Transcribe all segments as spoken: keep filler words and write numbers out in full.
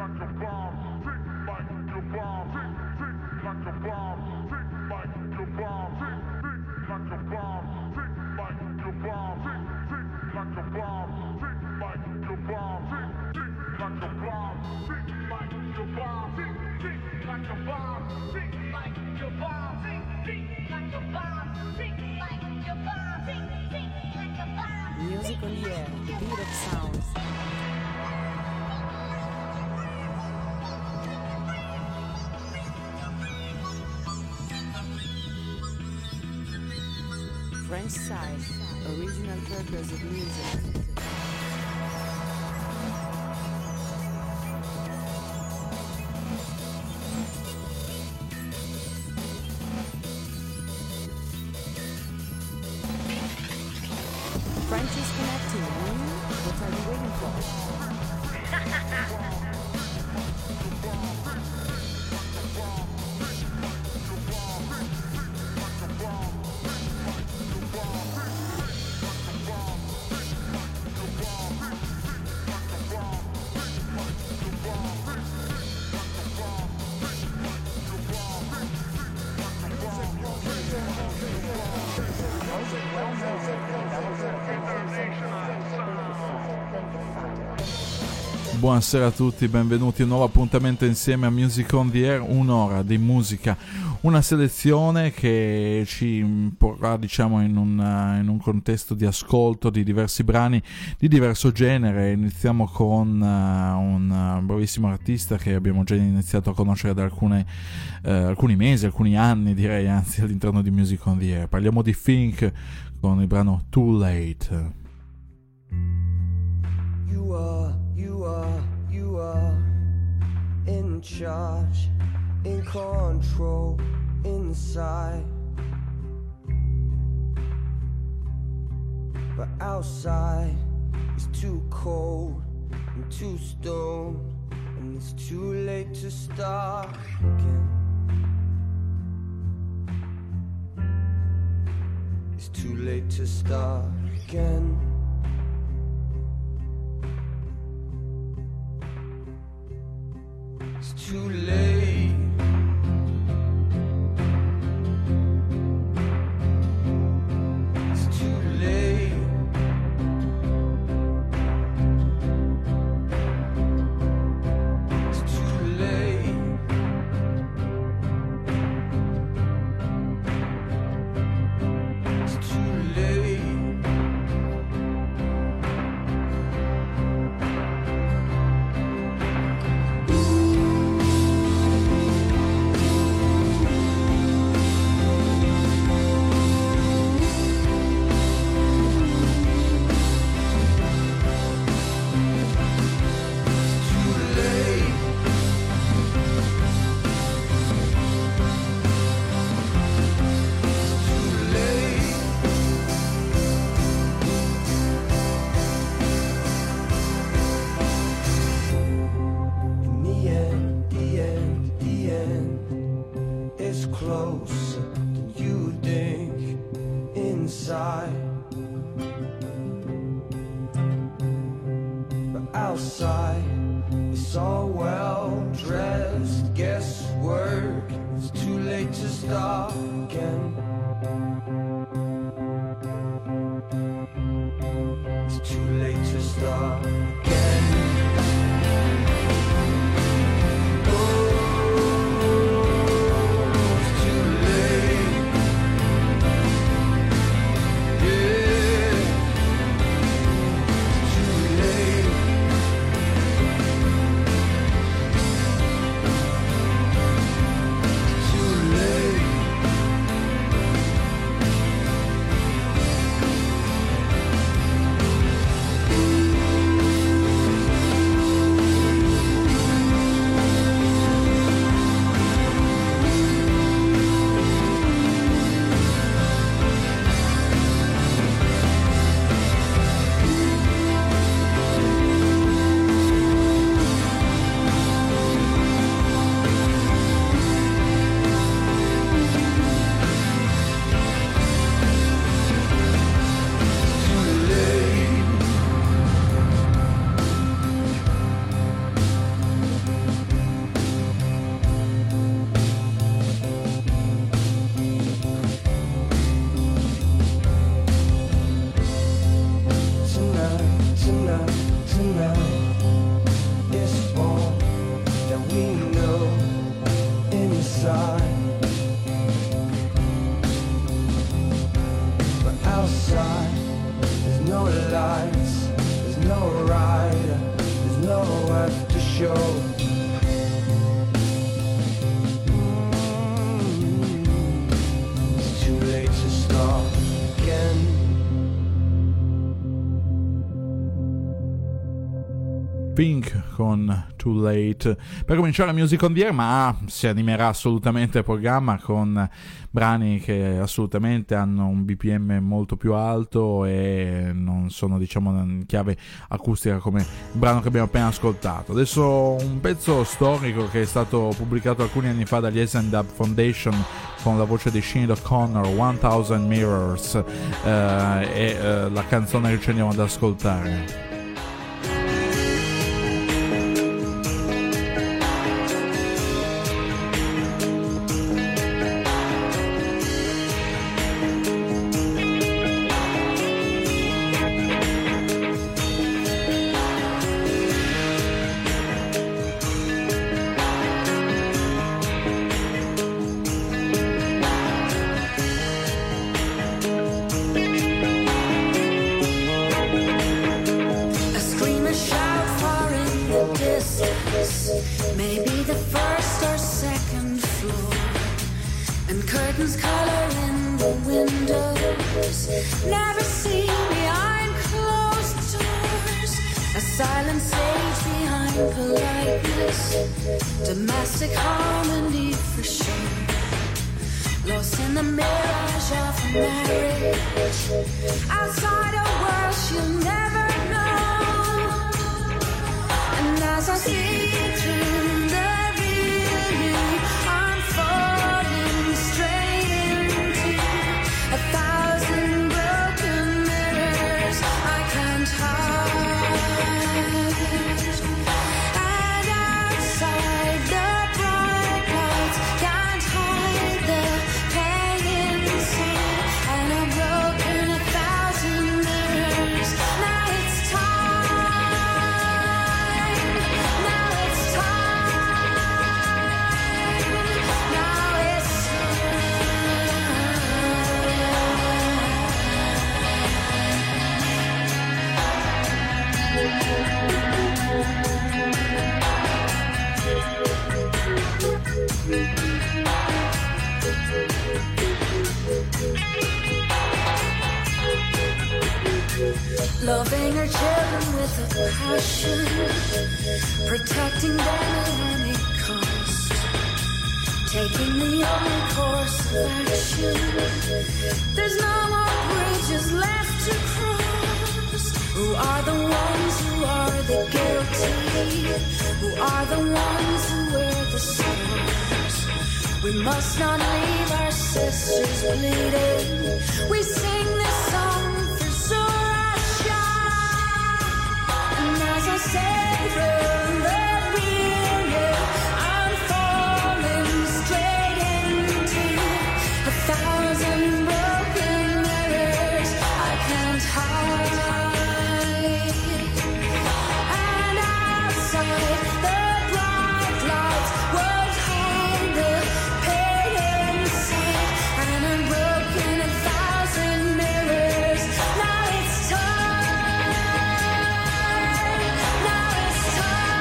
Music on the air, the beat of sounds. French side, original purpose of music. French is connecting. What are you waiting for? Buonasera a tutti, benvenuti a un nuovo appuntamento insieme a Music on the Air, un'ora di musica, una selezione che ci porrà, diciamo, in un, in un contesto di ascolto di diversi brani di diverso genere. Iniziamo con uh, un bravissimo artista che abbiamo già iniziato a conoscere da alcune, uh, alcuni mesi, alcuni anni direi, anzi, all'interno di Music on the Air. Parliamo di Fink con il brano Too Late. You are, you are, you are in charge, in control, inside. But outside it's too cold and too stoned, and it's too late to start again. It's too late to start again. It's too late. It's too late. It's too late. It's too late. Closer than you think inside, but outside it's all well dressed guesswork. It's too late to start again. It's too late to start again. Too late. show. It's too late to start again. Pink con Too Late per cominciare la Music on the Air, ma si animerà assolutamente il programma con brani che assolutamente hanno un B P M molto più alto e non sono, diciamo, in chiave acustica come il brano che abbiamo appena ascoltato. Adesso un pezzo storico che è stato pubblicato alcuni anni fa dagli S and Dub Foundation con la voce di Sinead O'Connor, one thousand Mirrors, eh, e eh, la canzone che ci andiamo ad ascoltare. Maybe the first or second floor, and curtains coloring the windows. Never seen behind closed doors. A silent sage behind politeness. Domestic harmony for sure. Lost in the mirage of a marriage. Outside a world she'll never know. And as I see through the real you, I'm falling straight into a thousand broken mirrors I can't hide. And outside the bright lights can't hide the pain inside. And I've broken a thousand mirrors. Now it's time. Now it's time. Now it's loving her children with a passion, protecting them at any cost, taking the only course of action. There's no more bridges left to cross. Who are the ones who are the guilty? Who are the ones who wear the scars? We must not leave our sisters bleeding. We sing this song for Zora Shah. And as I say from the real, I'm falling straight into a thousand broken mirrors I can't hide. And outside the bright lights won't hide the pain inside. And I'm broken a thousand mirrors. Now it's time. Now it's time.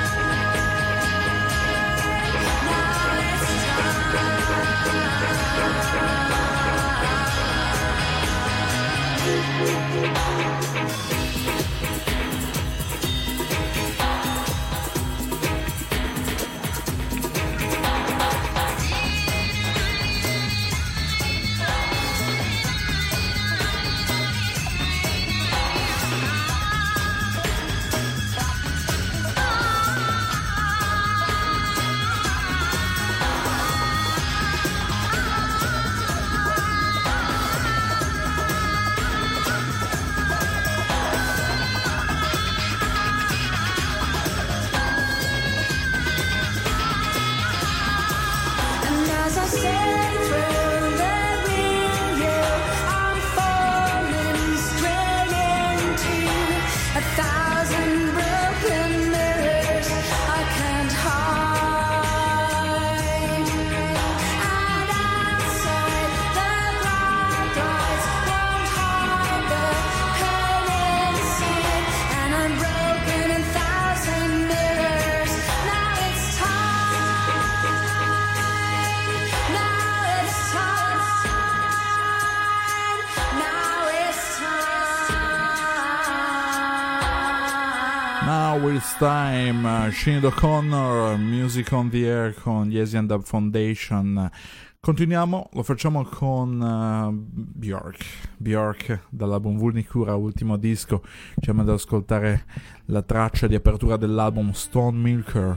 It's Time, Sinead O'Connor, Music on the Air con gli Asian Dub Foundation. Continuiamo, lo facciamo con uh, Björk. Björk dall'album Vulnicura, ultimo disco. Ci andiamo ad ascoltare la traccia di apertura dell'album Stone Milker.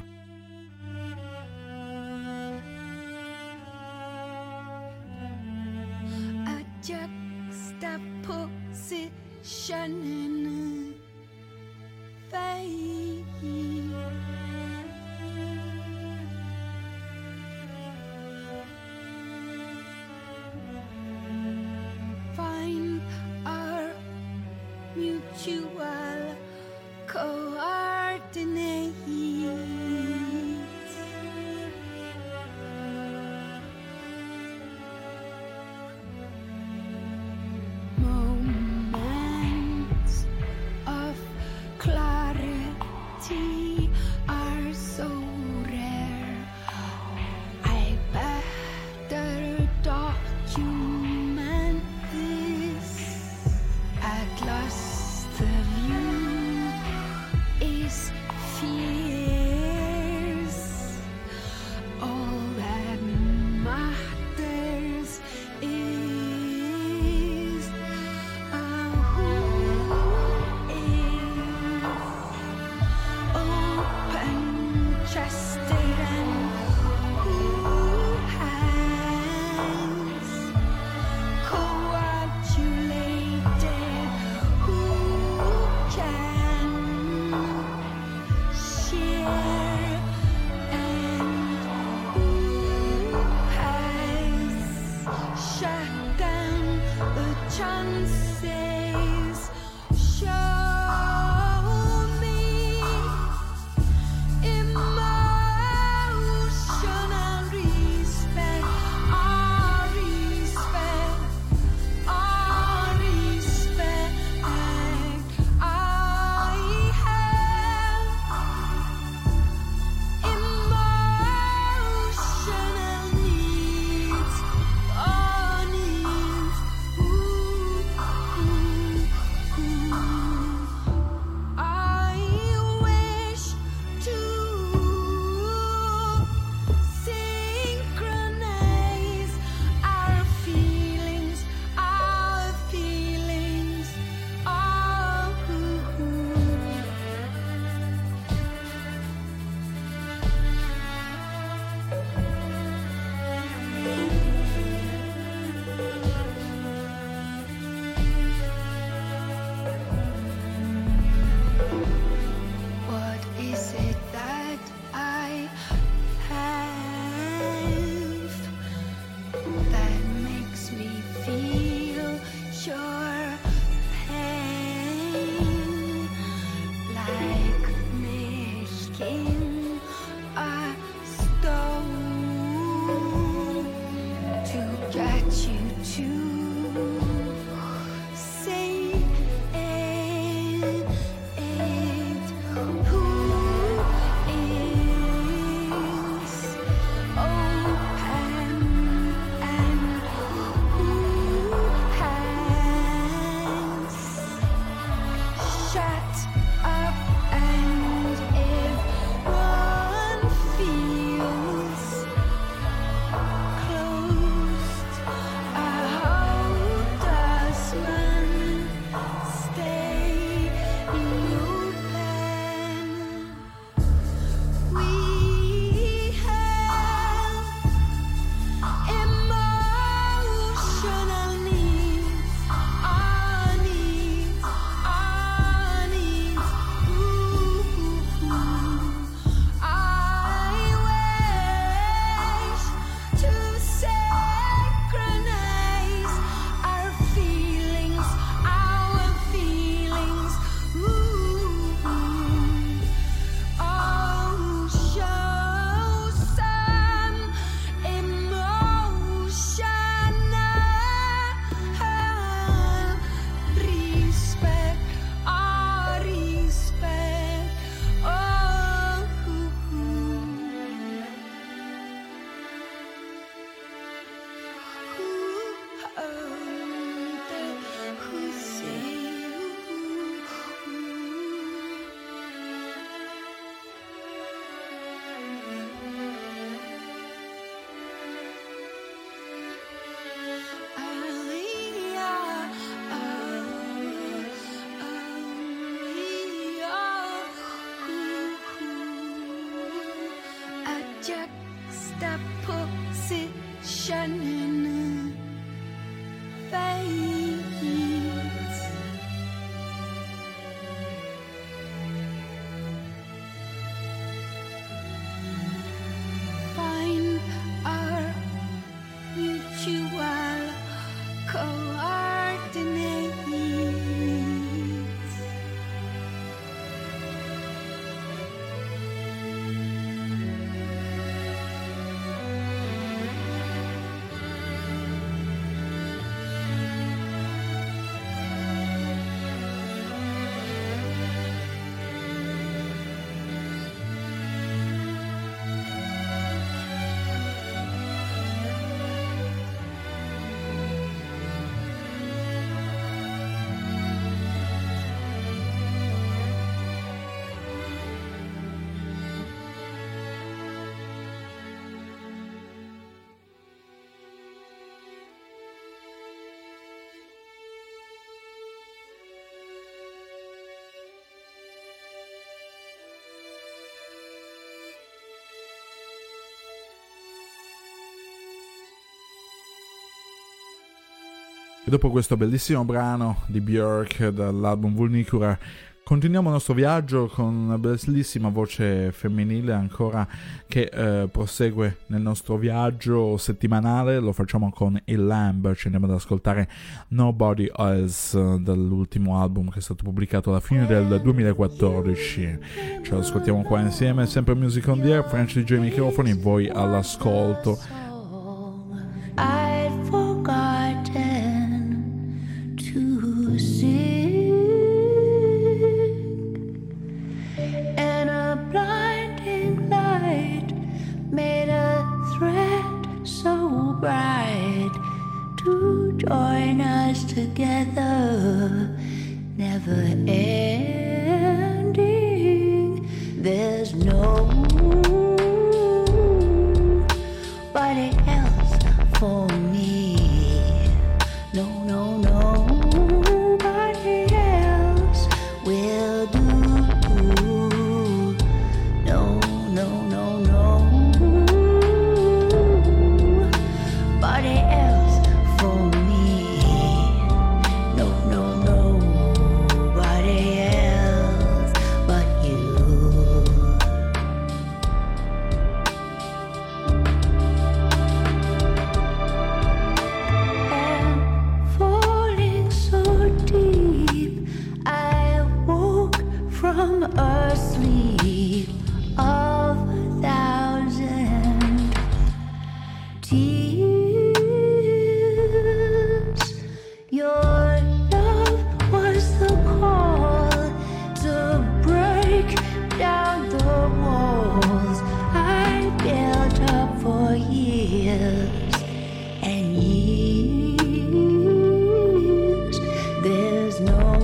A juxtaposition in a face. Find our mutual coordinates. Moments of clarity are so rare. I better document this. At last the view is fierce. All that matters is uh, who is open-chested and who has coagulated, who can share, and who has shut down the chances. Show me imagine. juxtaposition fades. Find our mutual coordinates. E dopo questo bellissimo brano di Björk dall'album Vulnicura continuiamo il nostro viaggio con una bellissima voce femminile ancora che eh, prosegue nel nostro viaggio settimanale. Lo facciamo con il Lamb, ci andiamo ad ascoltare Nobody Else dall'ultimo album che è stato pubblicato alla fine del duemilaquattordici. Ce lo ascoltiamo qua insieme, sempre Music on the Air, French D J microfoni, voi all'ascolto. I'd forgotten to sing, and a blinding light made a thread so bright to join us together, never ending. There's nobody else for me. No, no, nobody else will do. No, no, no, nobody else for me. No, no, nobody else but you. And falling so deep, I woke from a sleep of a thousand tears. Your love was the call to break down the walls I built up for years and years. There's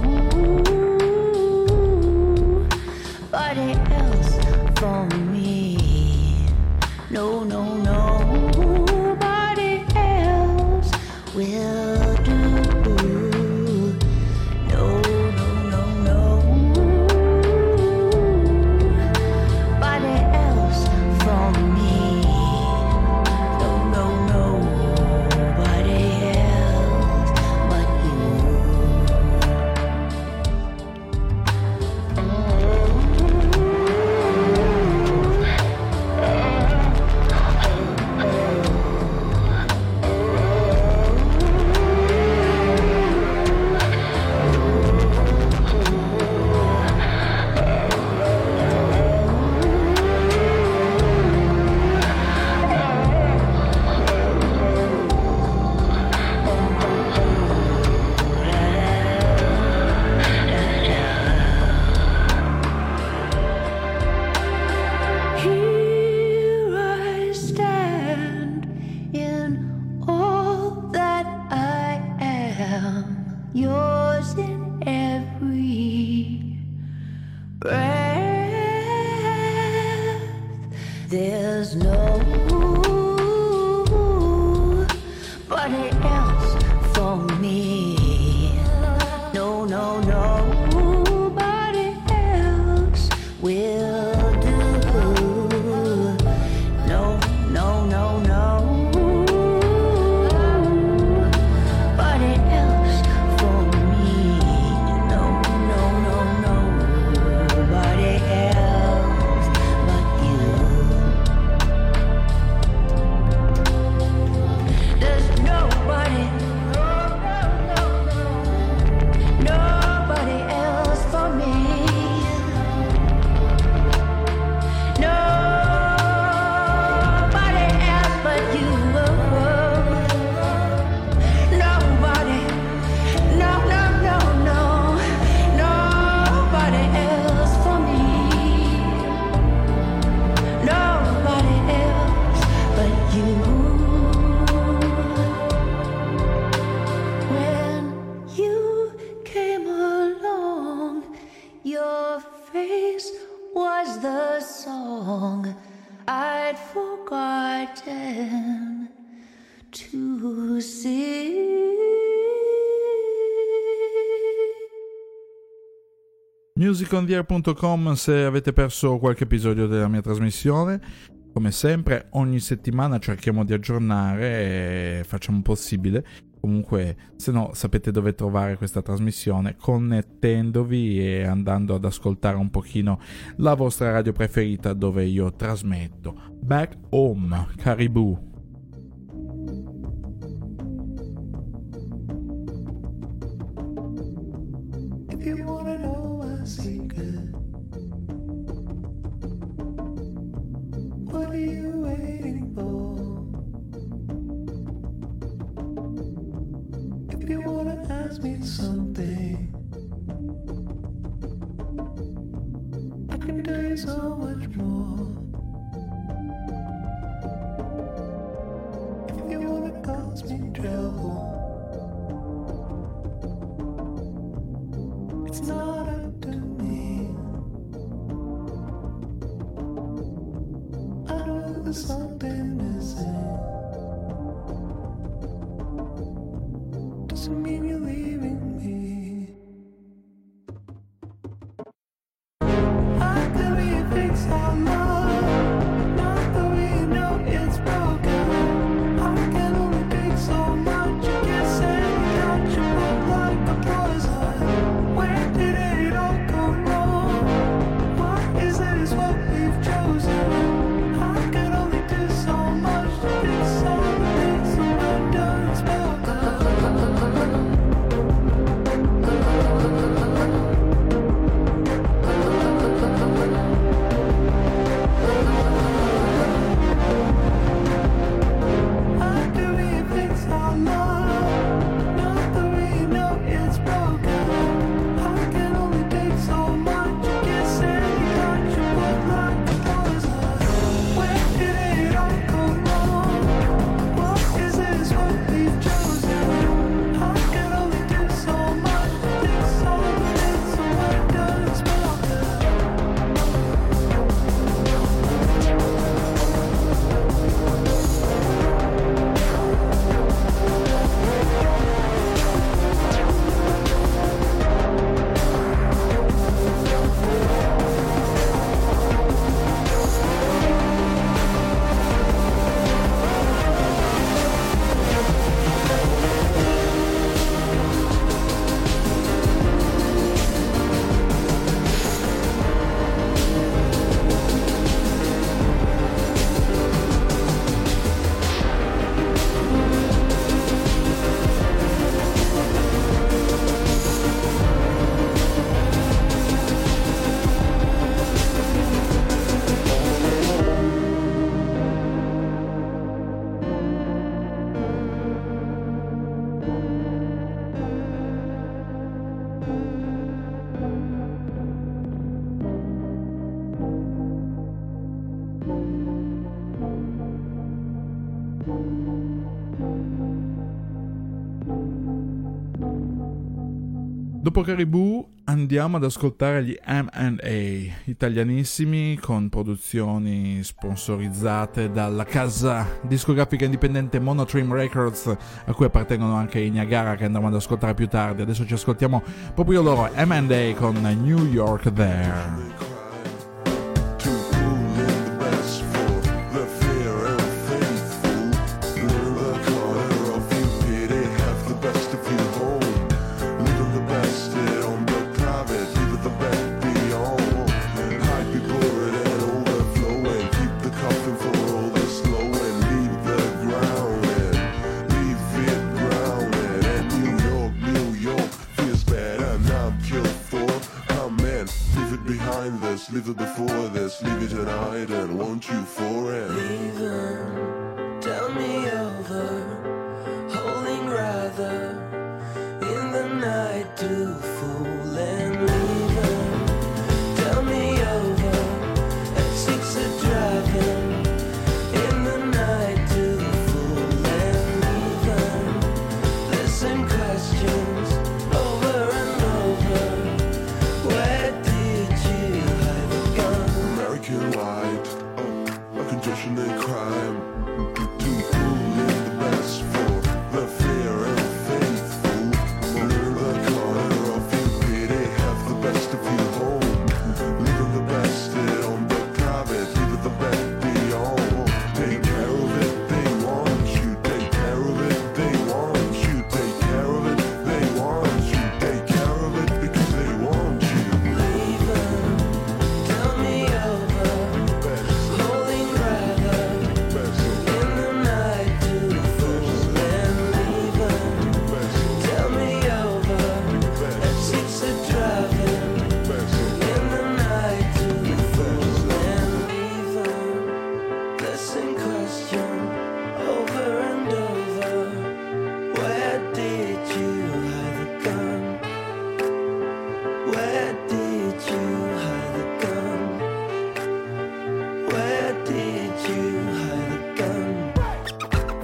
nobody else for me. No, no, nobody else will do. No, no, no, nobody else for me. No, no, nobody else but you. Here I stand in all that I am, yours in every breath. There's nobody else for me. No, no, nobody else will do. No, I'd forgotten to see. music on the air punto com se avete perso qualche episodio della mia trasmissione. Come sempre, ogni settimana cerchiamo di aggiornare e facciamo il possibile. Comunque, se no, sapete dove trovare questa trasmissione, connettendovi e andando ad ascoltare un pochino la vostra radio preferita dove io trasmetto. Back Home, Caribou. If you wanna know my secret, what are you waiting for? If you wanna ask me something, I can tell you so much more. If you wanna cause me trouble, it's not up to me. I know there's something missing. Doesn't mean you're leaving me. I could be a fix on love, not that we know it's broken. I can only take so much. You can't say we got you up like a poison. Where did it all go wrong? What is it is what we've chosen. I can only do so much to fix all the things that I've done spoken. I could be a fix on love, not that we know it's broken. I can only take so much. You can't say we got you up like a poison. Where did it all go wrong? What is it is what we've chosen. I can only do so much to fix all the things that I've done spoken. Dopo Caribou andiamo ad ascoltare gli M and A, italianissimi con produzioni sponsorizzate dalla casa discografica indipendente Monotreme Records, a cui appartengono anche i Niagara, che andremo ad ascoltare più tardi. Adesso ci ascoltiamo proprio loro, M and A con New York There. Leave it before this, leave it tonight, and won't you for it? Leaving, tell me over, holding rather in the night to fool and leaving, tell me over at six a driving in the night to fool and leaving, listen questions over and over, where did you hide the gun? American light, I can just corruption and crime. Too cruel in the best for the fair and faithful. In the corner of your pity, have the best of your home. Leaving the best on the private, leaving the best beyond. Take care of it, they want you. Take care of it, they want you. Take care of it, they want you. Take care of it because they want you. Leave them, tell me over, Best, holding rather best, in the night to fool and leave them. best, Tell me over, at six of driving best. in the night to fool and leave them. Listen, question over and over. Where did you hide the gun? Where did you hide the gun? Where did you hide the gun?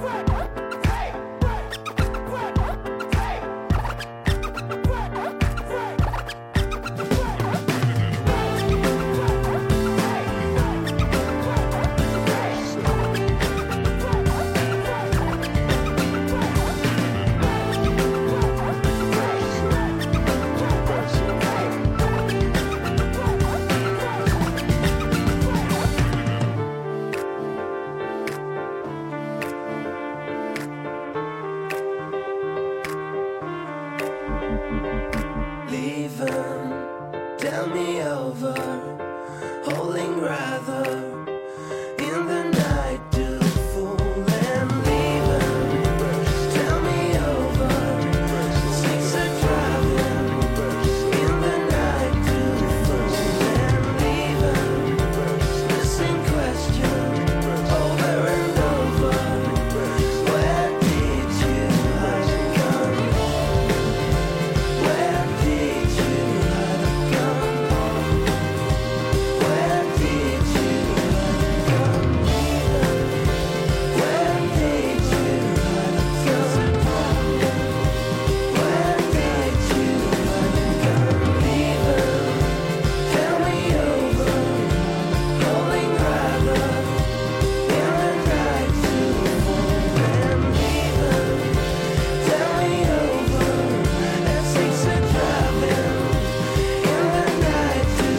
Leave 'em, tell me over, holding rather in the night to fool and leave 'em. Tell me over, six are driving in the night to fool and leave 'em. Listen, question over and over. Where did you hide the gun? Where did you hide the gun? Where did you hide the gun? Where did you hide the gun? Where did you hide the gun? Leave 'em, tell me over, holding rather in the night to fool and leave 'em. Tell me over, at six of driving in the night to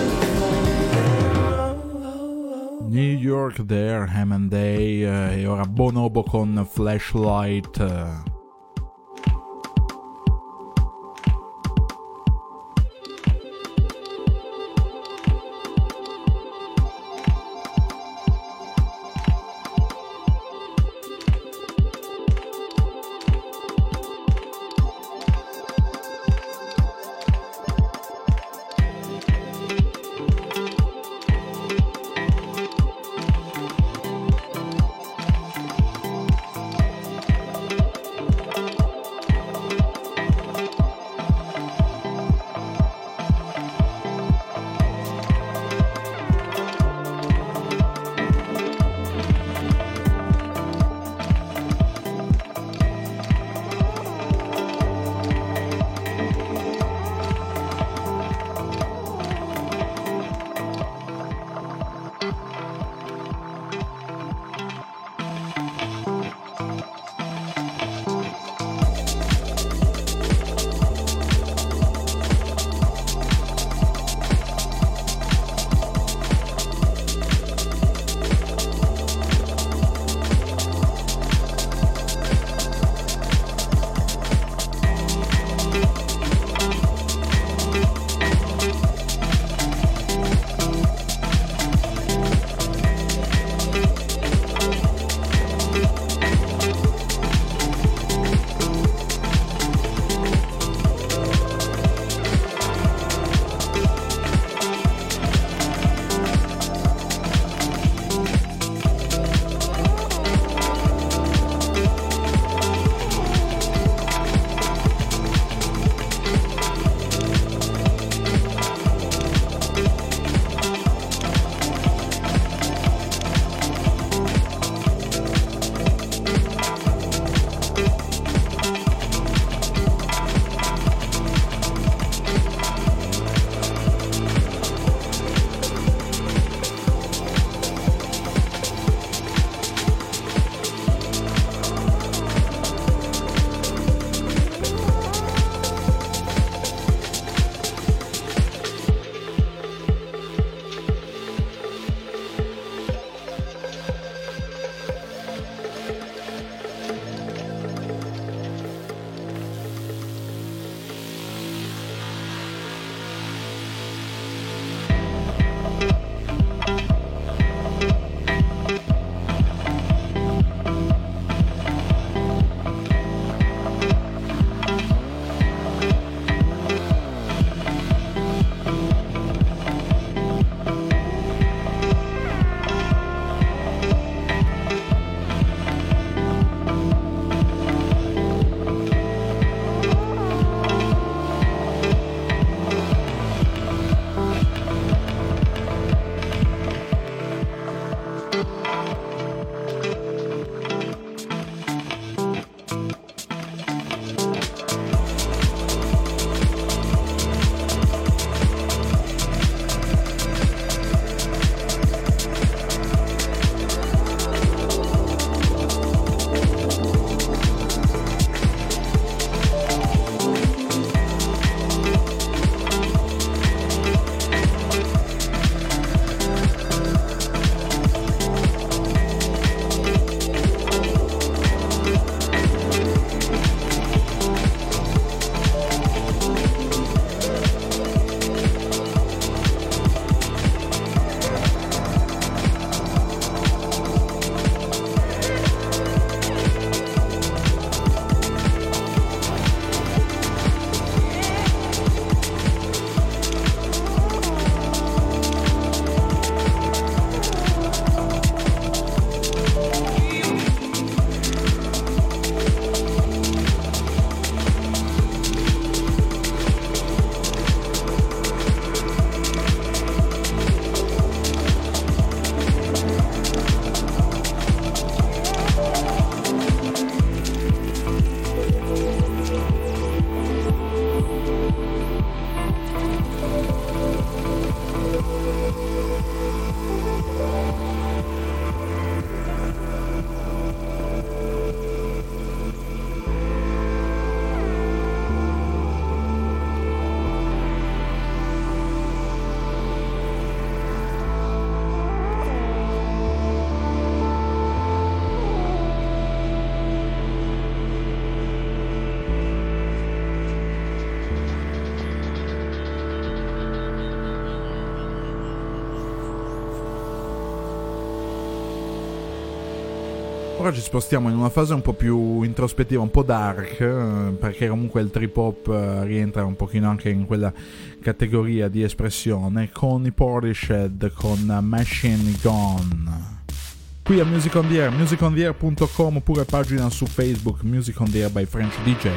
fool. New York There, Ham and Day, eh, e ora Bonobo con Flashlight. eh. Ora ci spostiamo in una fase un po' più introspettiva, un po' dark, eh, perché comunque il trip hop eh, rientra un pochino anche in quella categoria di espressione, con i Portishead, con Machine Gun. Qui a Music on the Air, music on the air punto com, oppure pagina su Facebook Music on the Air by French D J.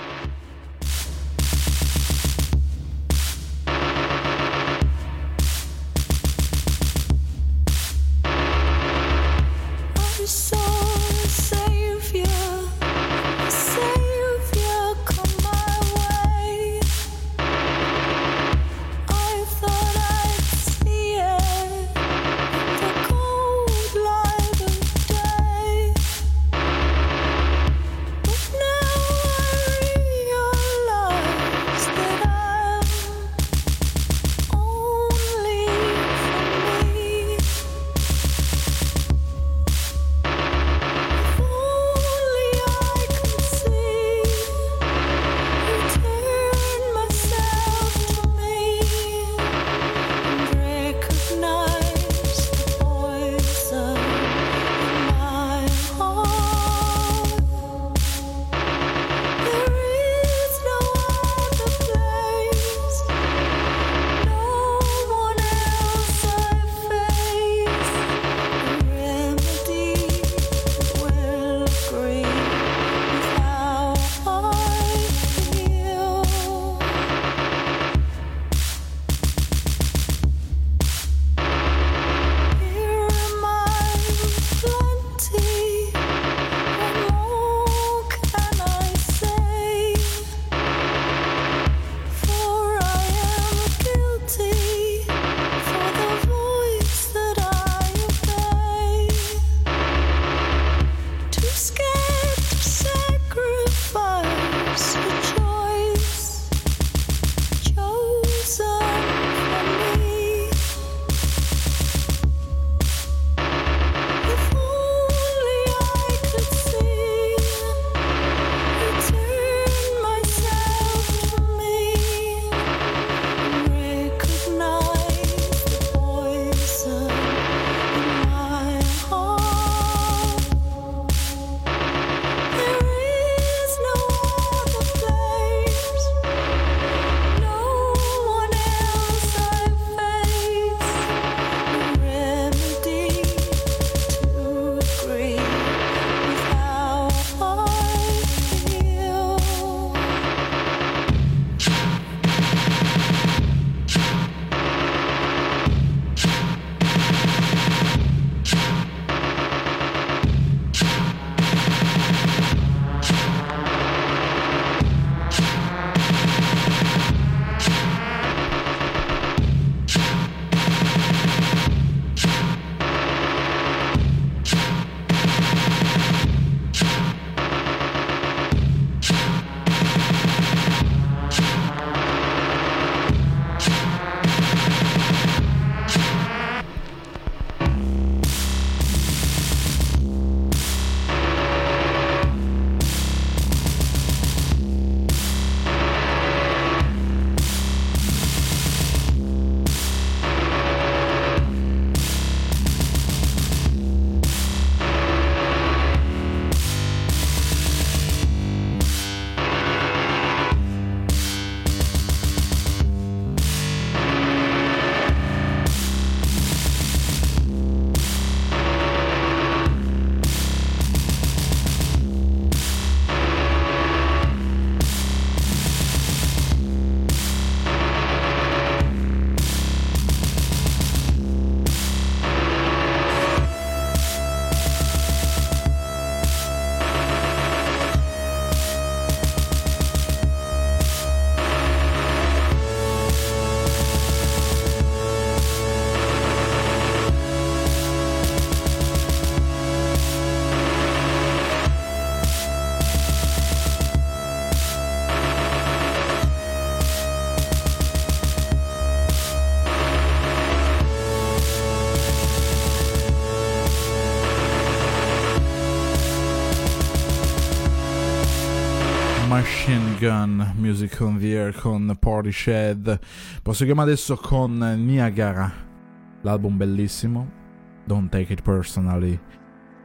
Machine Gun, Music on the Air con Portishead. Proseguiamo adesso con Niagara, l'album bellissimo, Don't Take It Personally.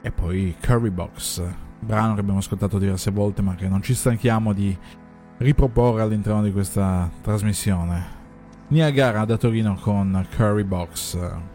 e poi Curry Box, brano che abbiamo ascoltato diverse volte ma che non ci stanchiamo di riproporre all'interno di questa trasmissione. Niagara da Torino con Curry Box.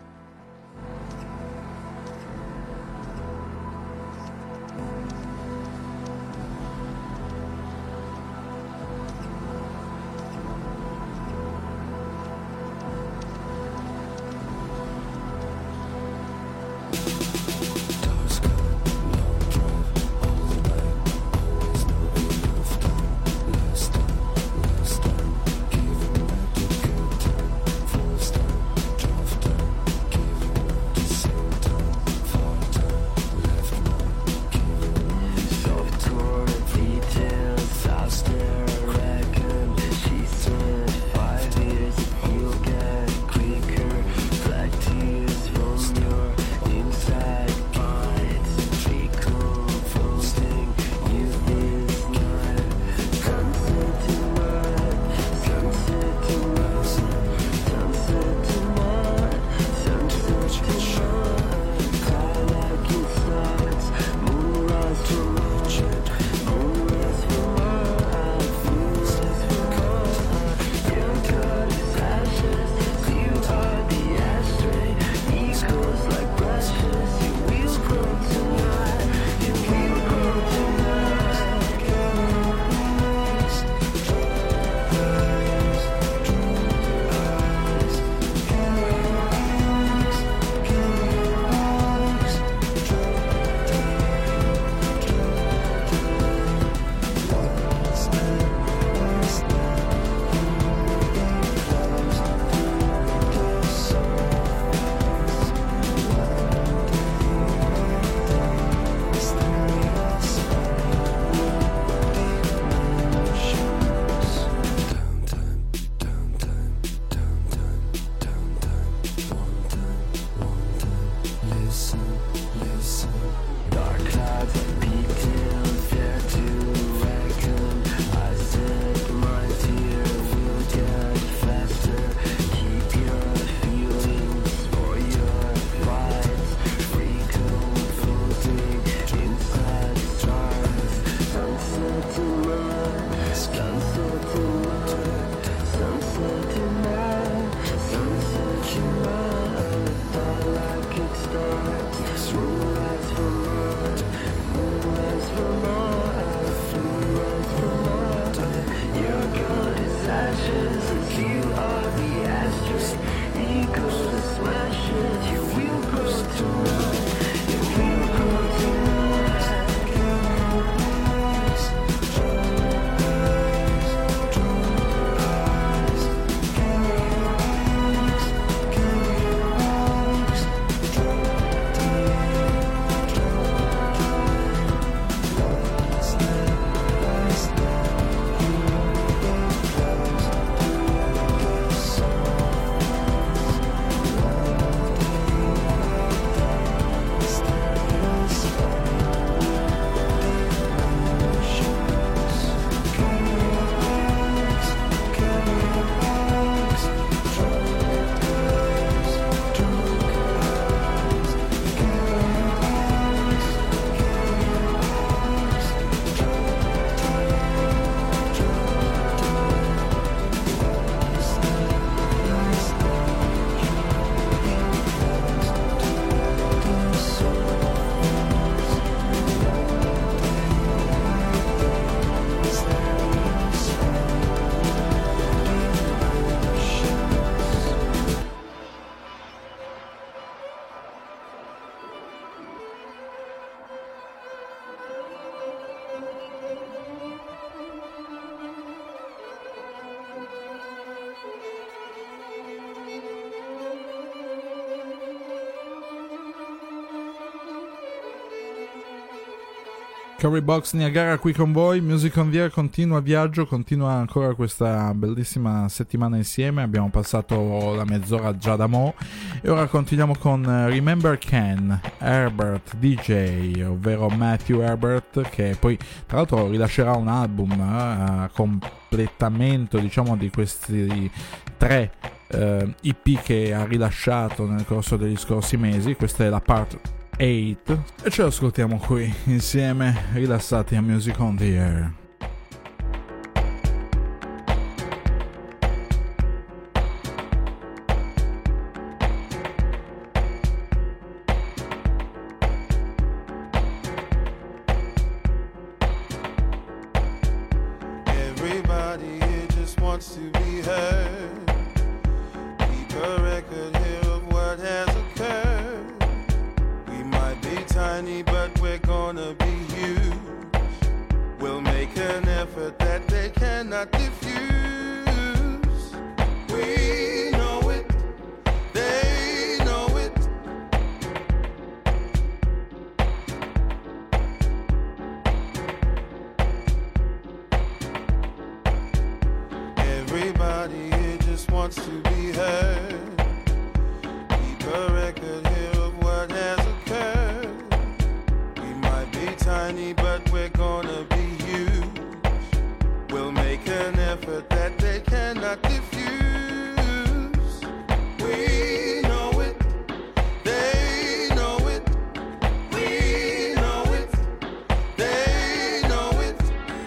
Curry Box Niagara qui con voi. Music on the Air continua viaggio, continua ancora questa bellissima settimana insieme. Abbiamo passato la mezz'ora già da mo' e ora continuiamo con Remember Ken, Herbert D J, ovvero Matthew Herbert, che poi tra l'altro rilascerà un album eh, a completamento, diciamo, di questi tre eh, E P che ha rilasciato nel corso degli scorsi mesi. Questa è la part otto e ce lo ascoltiamo qui insieme, rilassati a Music on the Air. Everybody here just wants to be heard. Keep a record here of what has occurred. We might be tiny, but we're gonna be huge. We'll make an effort that they cannot diffuse. We know it, they know it. Everybody here just wants to be heard. Keep a record here of what has occurred. We might be tiny, but we're gonna be huge. We'll make an effort that they cannot diffuse. We know it, they know it. We know it, they know it.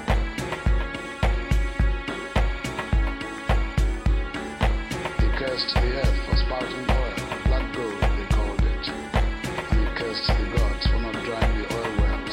He cursed the earth for spouting oil, black gold they called it. And he cursed the gods for not drying the oil wells.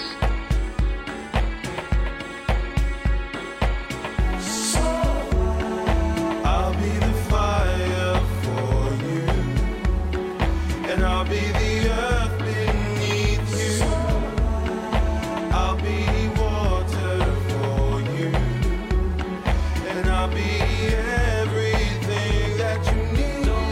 I'll be the fire for you, and I'll be the earth beneath you. I'll be water for you, and I'll be everything that you need.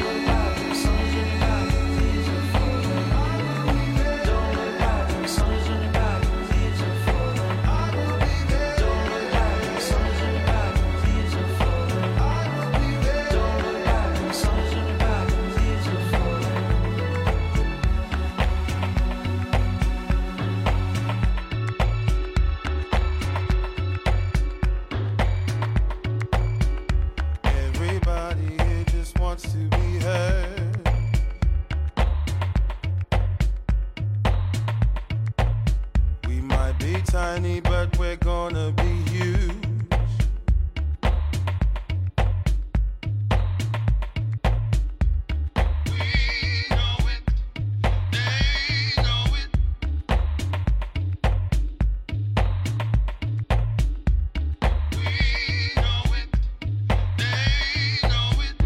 Everybody here just wants to be heard. We might be tiny, but we're gonna be huge. We know it, they know it. We know it, they know it.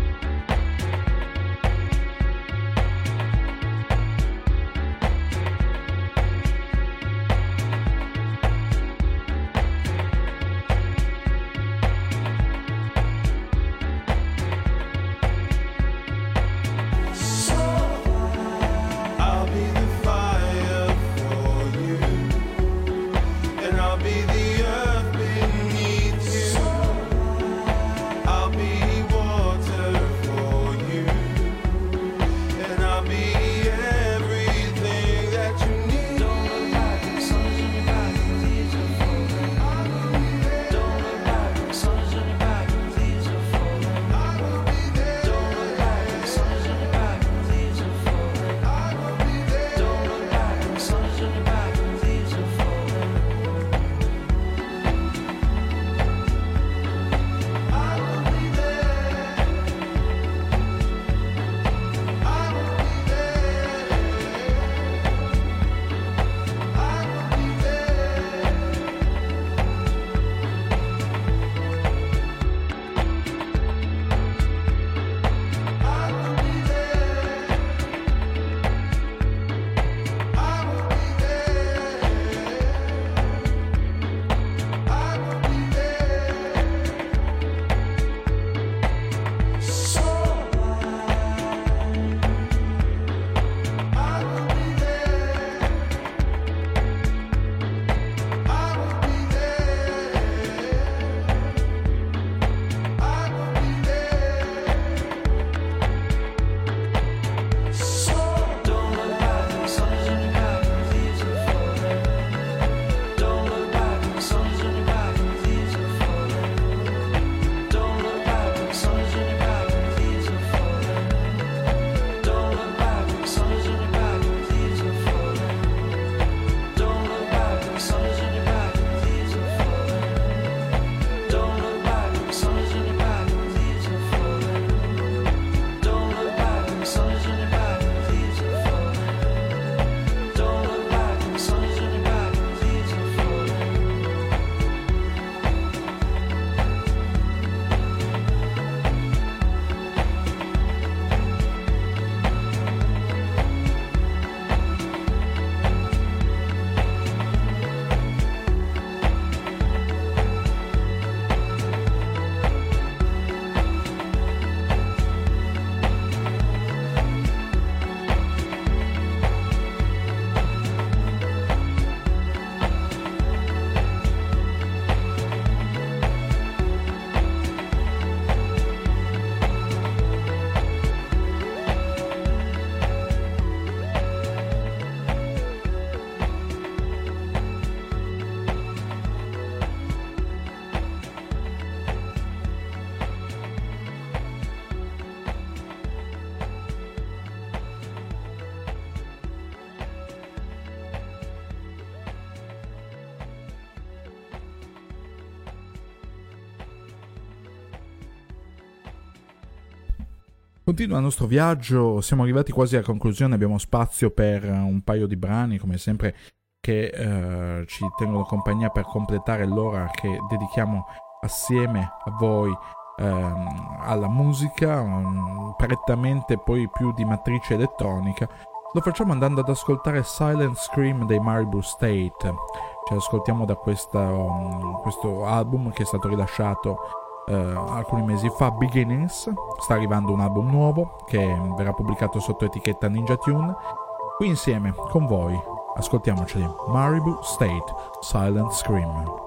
Continua il nostro viaggio, siamo arrivati quasi alla conclusione, abbiamo spazio per un paio di brani, come sempre, che eh, ci tengono compagnia per completare l'ora che dedichiamo assieme a voi ehm, alla musica, um, prettamente poi più di matrice elettronica. Lo facciamo andando ad ascoltare Silent Scream dei Maribou State. Ci ascoltiamo da questa, um, questo album che è stato rilasciato uh, alcuni mesi fa, Beginnings. Sta arrivando un album nuovo che verrà pubblicato sotto etichetta Ninja Tune. Qui insieme con voi ascoltiamoceli, Maribou State, Silent Scream.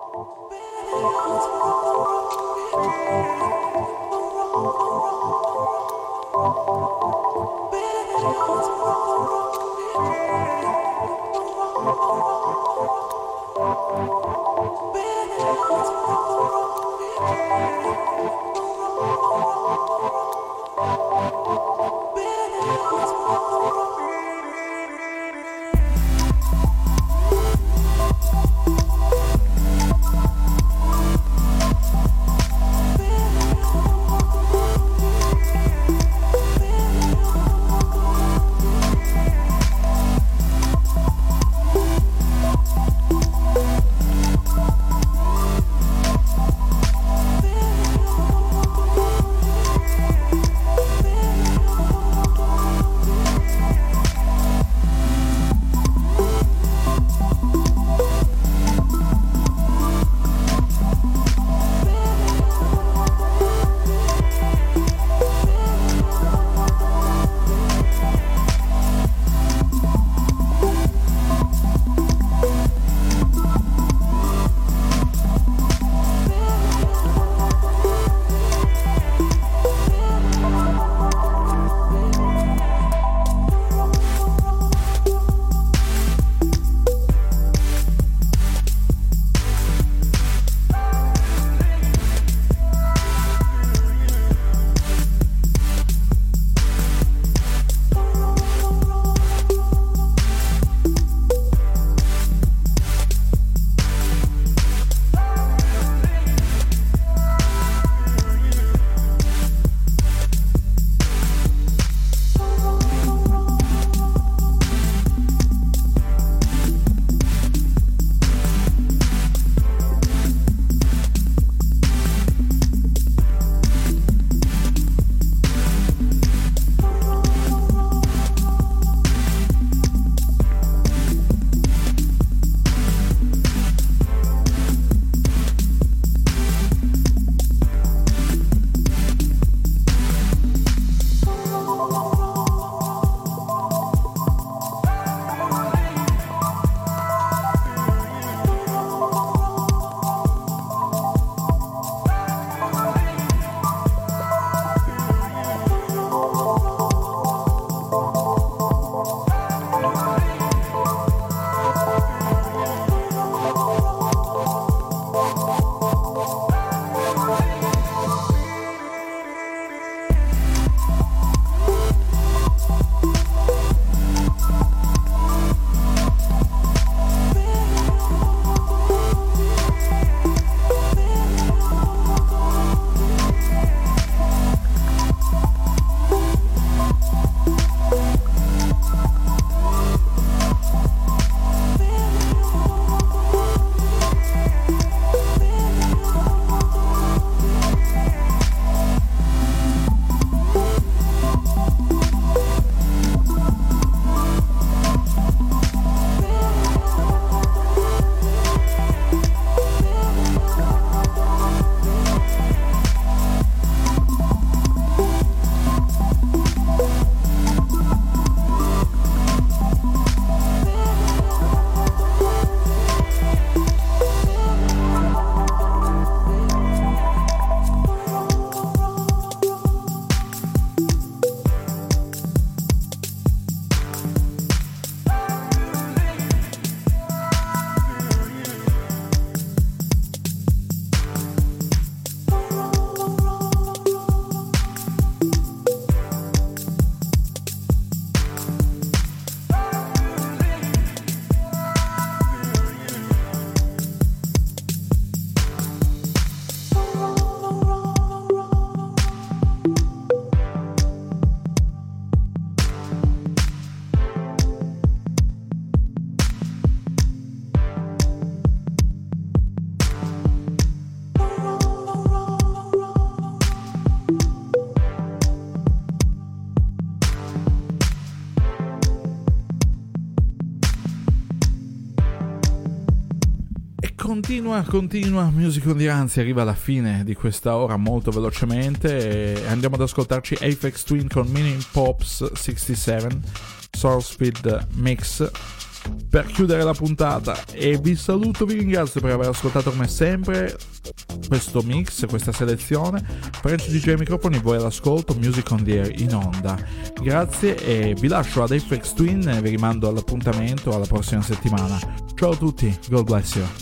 continua, continua Music on the Air, anzi arriva alla fine di questa ora molto velocemente e andiamo ad ascoltarci Aphex Twin con Mini Pops sessantasette Soul Speed Mix per chiudere la puntata, e vi saluto, vi ringrazio per aver ascoltato come sempre questo mix, questa selezione. French D J ai microfoni, voi all'ascolto, Music on the Air in onda. Grazie e vi lascio ad Aphex Twin e vi rimando all'appuntamento alla prossima settimana. Ciao a tutti, God bless you.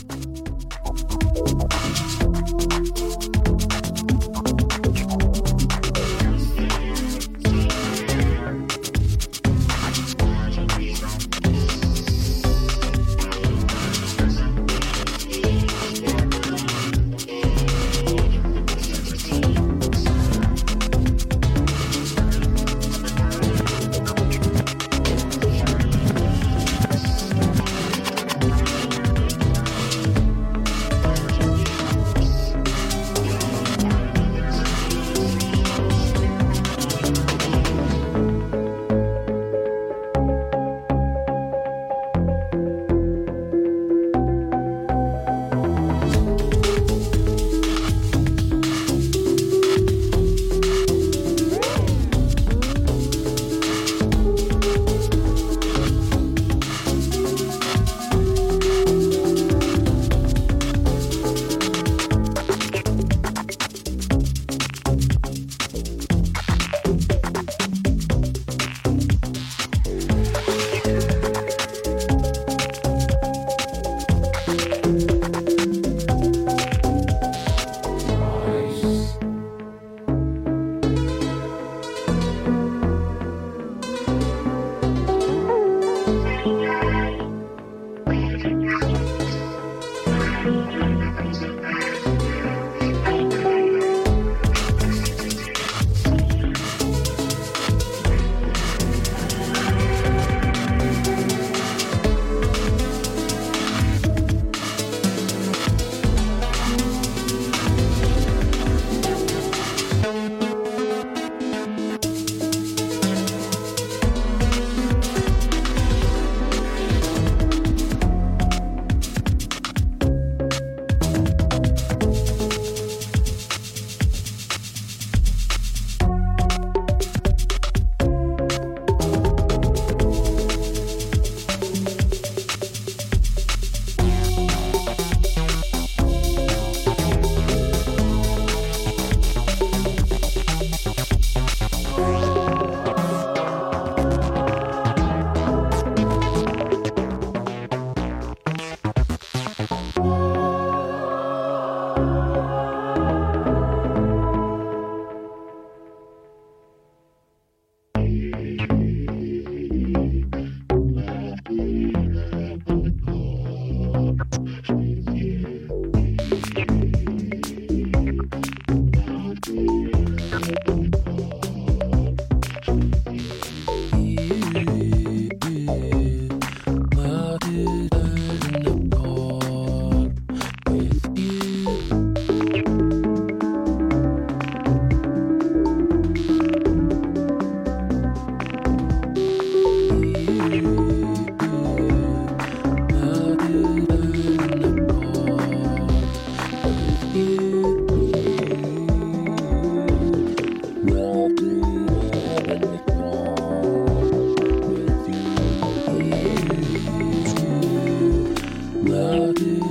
Love you.